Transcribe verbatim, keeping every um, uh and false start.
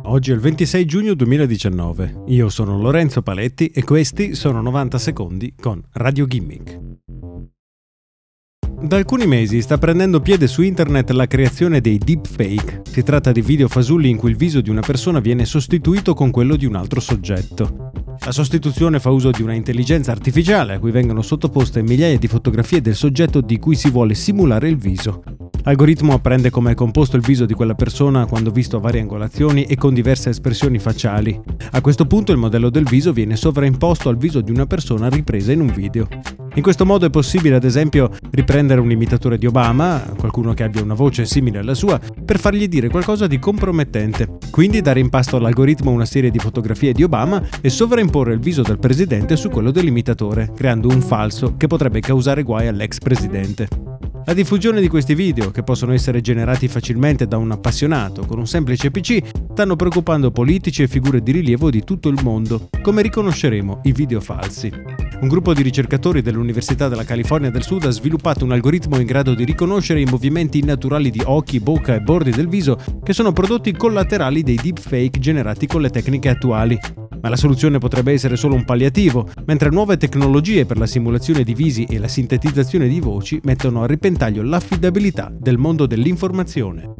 Oggi è il ventisei giugno duemiladiciannove. Io sono Lorenzo Paletti e questi sono novanta secondi con Radio Gimmick. Da alcuni mesi sta prendendo piede su internet la creazione dei deepfake. Si tratta di video fasulli in cui il viso di una persona viene sostituito con quello di un altro soggetto. La sostituzione fa uso di una intelligenza artificiale a cui vengono sottoposte migliaia di fotografie del soggetto di cui si vuole simulare il viso. L'algoritmo apprende come è composto il viso di quella persona quando visto a varie angolazioni e con diverse espressioni facciali. A questo punto il modello del viso viene sovraimposto al viso di una persona ripresa in un video. In questo modo è possibile, ad esempio, riprendere un imitatore di Obama, qualcuno che abbia una voce simile alla sua, per fargli dire qualcosa di compromettente. Quindi dare in pasto all'algoritmo una serie di fotografie di Obama e sovraimporre il viso del presidente su quello dell'imitatore, creando un falso che potrebbe causare guai all'ex presidente. La diffusione di questi video, che possono essere generati facilmente da un appassionato con un semplice P C, stanno preoccupando politici e figure di rilievo di tutto il mondo. Come riconosceremo i video falsi? Un gruppo di ricercatori dell'Università della California del Sud ha sviluppato un algoritmo in grado di riconoscere i movimenti innaturali di occhi, bocca e bordi del viso che sono prodotti collaterali dei deepfake generati con le tecniche attuali. Ma la soluzione potrebbe essere solo un palliativo, mentre nuove tecnologie per la simulazione di visi e la sintetizzazione di voci mettono a repentaglio l'affidabilità del mondo dell'informazione.